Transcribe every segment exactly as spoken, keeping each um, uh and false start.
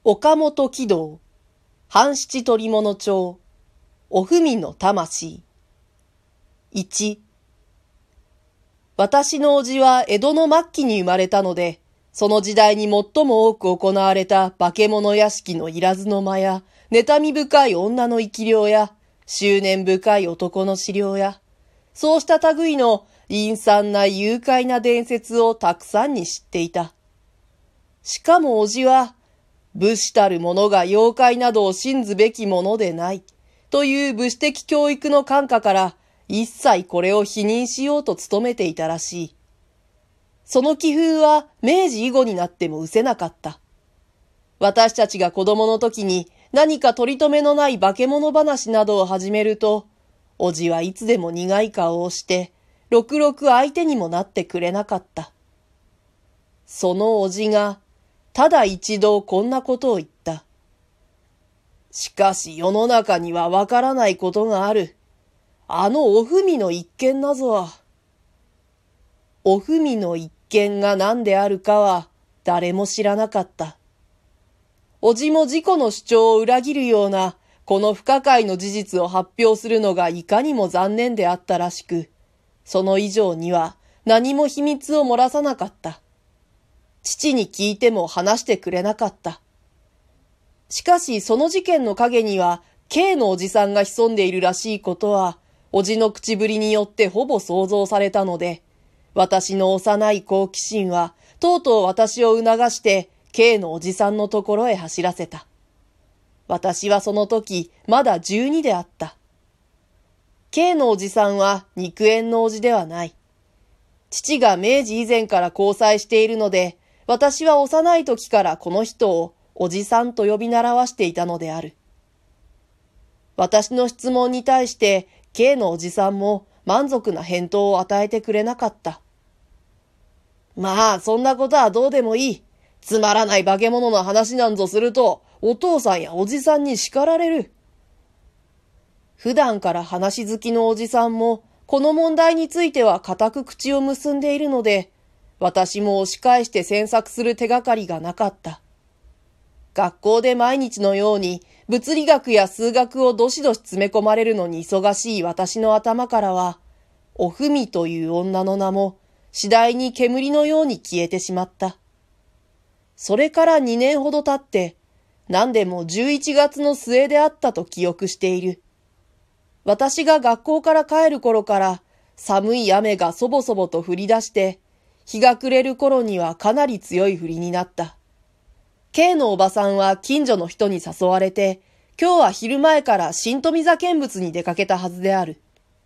岡本喜道、半七鳥物帳、おふみの魂。いち、私の叔父は江戸の末期に生まれたので、その時代に最も多く行われた化け物屋敷のいらずの間や、妬み深い女の生き量や、執念深い男の資料や、そうした類の陰惨な誘拐な伝説をたくさんに知っていた。しかも叔父は、武士たる者が妖怪などを信ずべきものでない、という武士的教育の感化から、一切これを否認しようと努めていたらしい。その気風は明治以後になっても失せなかった。私たちが子供の時に何か取り留めのない化け物話などを始めると、叔父はいつでも苦い顔をして、ろくろく相手にもなってくれなかった。その叔父が、ただ一度こんなことを言った。しかし世の中にはわからないことがある。あのおふみの一件なぞは。おふみの一件が何であるかは誰も知らなかった。叔父も自己の主張を裏切るようなこの不可解の事実を発表するのがいかにも残念であったらしく、その以上には何も秘密を漏らさなかった。父に聞いても話してくれなかった。しかしその事件の陰には K のおじさんが潜んでいるらしいことは、叔父の口ぶりによってほぼ想像されたので、私の幼い好奇心はとうとう私を促して K のおじさんのところへ走らせた。私はその時まだじゅうにであった。K のおじさんは肉縁の叔父ではない。父が明治以前から交際しているので、私は幼い時からこの人をおじさんと呼び習わしていたのである。私の質問に対して K のおじさんも満足な返答を与えてくれなかった。まあそんなことはどうでもいい。つまらない化け物の話なんぞするとお父さんやおじさんに叱られる。普段から話好きのおじさんもこの問題については固く口を結んでいるので、私も押し返して詮索する手がかりがなかった。学校で毎日のように物理学や数学をどしどし詰め込まれるのに忙しい私の頭からは、おふみという女の名も次第に煙のように消えてしまった。それからにねんほど経って、何でもじゅういちがつの末であったと記憶している。私が学校から帰る頃から寒い雨がそぼそぼと降り出して、日が暮れる頃にはかなり強い降りになった。K のおばさんは近所の人に誘われて、今日は昼前から新富座見物に出かけたはずである。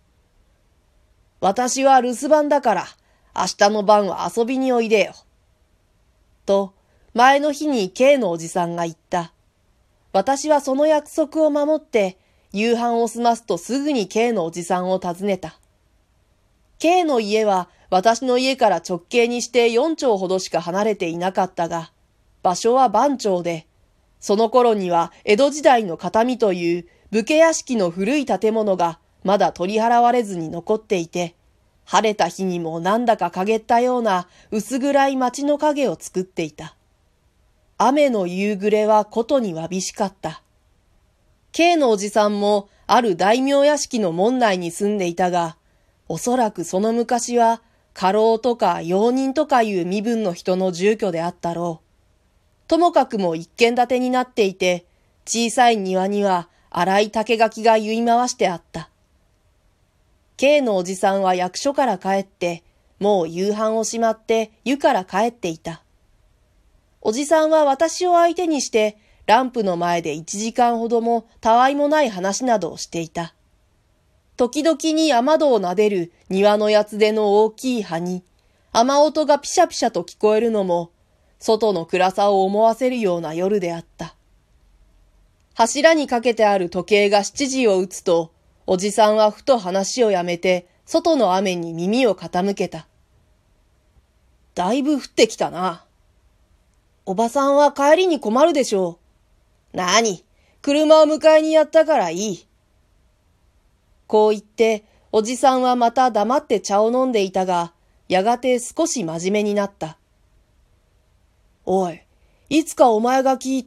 私は留守番だから、明日の晩は遊びにおいでよ。と、前の日に K のおじさんが言った。私はその約束を守って、夕飯を済ますとすぐに K のおじさんを訪ねた。K の家は私の家から直径にしてよんちょうほどしか離れていなかったが、場所は番町で、その頃には江戸時代の形見という武家屋敷の古い建物がまだ取り払われずに残っていて、晴れた日にもなんだか陰ったような薄暗い街の影を作っていた。雨の夕暮れはことにわびしかった。K のおじさんもある大名屋敷の門内に住んでいたが、おそらくその昔は家老とか用人とかいう身分の人の住居であったろう。ともかくも一軒建てになっていて、小さい庭には荒い竹垣が結い回してあった。K のおじさんは役所から帰って、もう夕飯をしまって湯から帰っていた。おじさんは私を相手にして、ランプの前で一時間ほどもたわいもない話などをしていた。時々に雨戸を撫でる庭のやつでの大きい葉に、雨音がピシャピシャと聞こえるのも、外の暗さを思わせるような夜であった。柱にかけてある時計が七時を打つと、おじさんはふと話をやめて、外の雨に耳を傾けた。だいぶ降ってきたな。おばさんは帰りに困るでしょう。なに、車を迎えにやったからいい。こう言って、おじさんはまた黙って茶を飲んでいたが、やがて少し真面目になった。おい、いつかお前が聞いた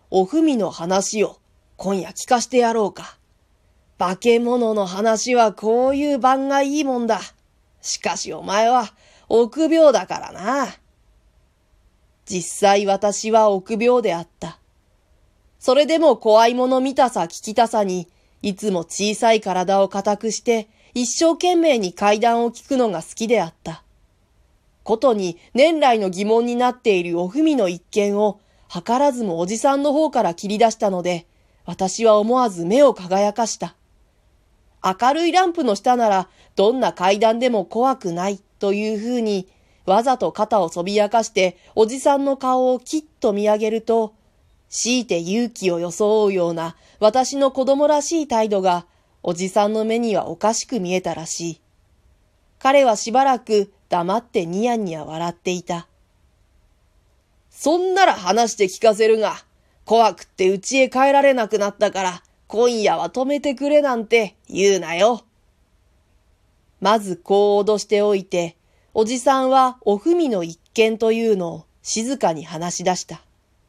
おふみの話を今夜聞かしてやろうか。化け物の話はこういう番がいいもんだ。しかしお前は臆病だからな。実際私は臆病であった。それでも怖いもの見たさ聞きたさに、いつも小さい体を固くして一生懸命に怪談を聞くのが好きであった。ことに年来の疑問になっているおふみの一件を図らずもおじさんの方から切り出したので、私は思わず目を輝かした。明るいランプの下ならどんな階段でも怖くないというふうに、わざと肩をそびやかしておじさんの顔をきっと見上げると、強いて勇気を装うような私の子供らしい態度がおじさんの目にはおかしく見えたらしい。彼はしばらく黙ってニヤニヤ笑っていた。そんなら話して聞かせるが、怖くって家へ帰られなくなったから今夜は止めてくれなんて言うなよ。まずこう脅しておいて、おじさんはおふみの一件というのを静かに話し出した。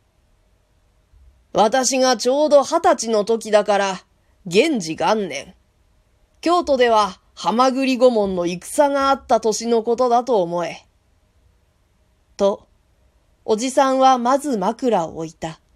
私がちょうど二十歳の時だから、元治元年。京都では浜栗御門の戦があった年のことだと思え。と、おじさんはまず枕を置いた。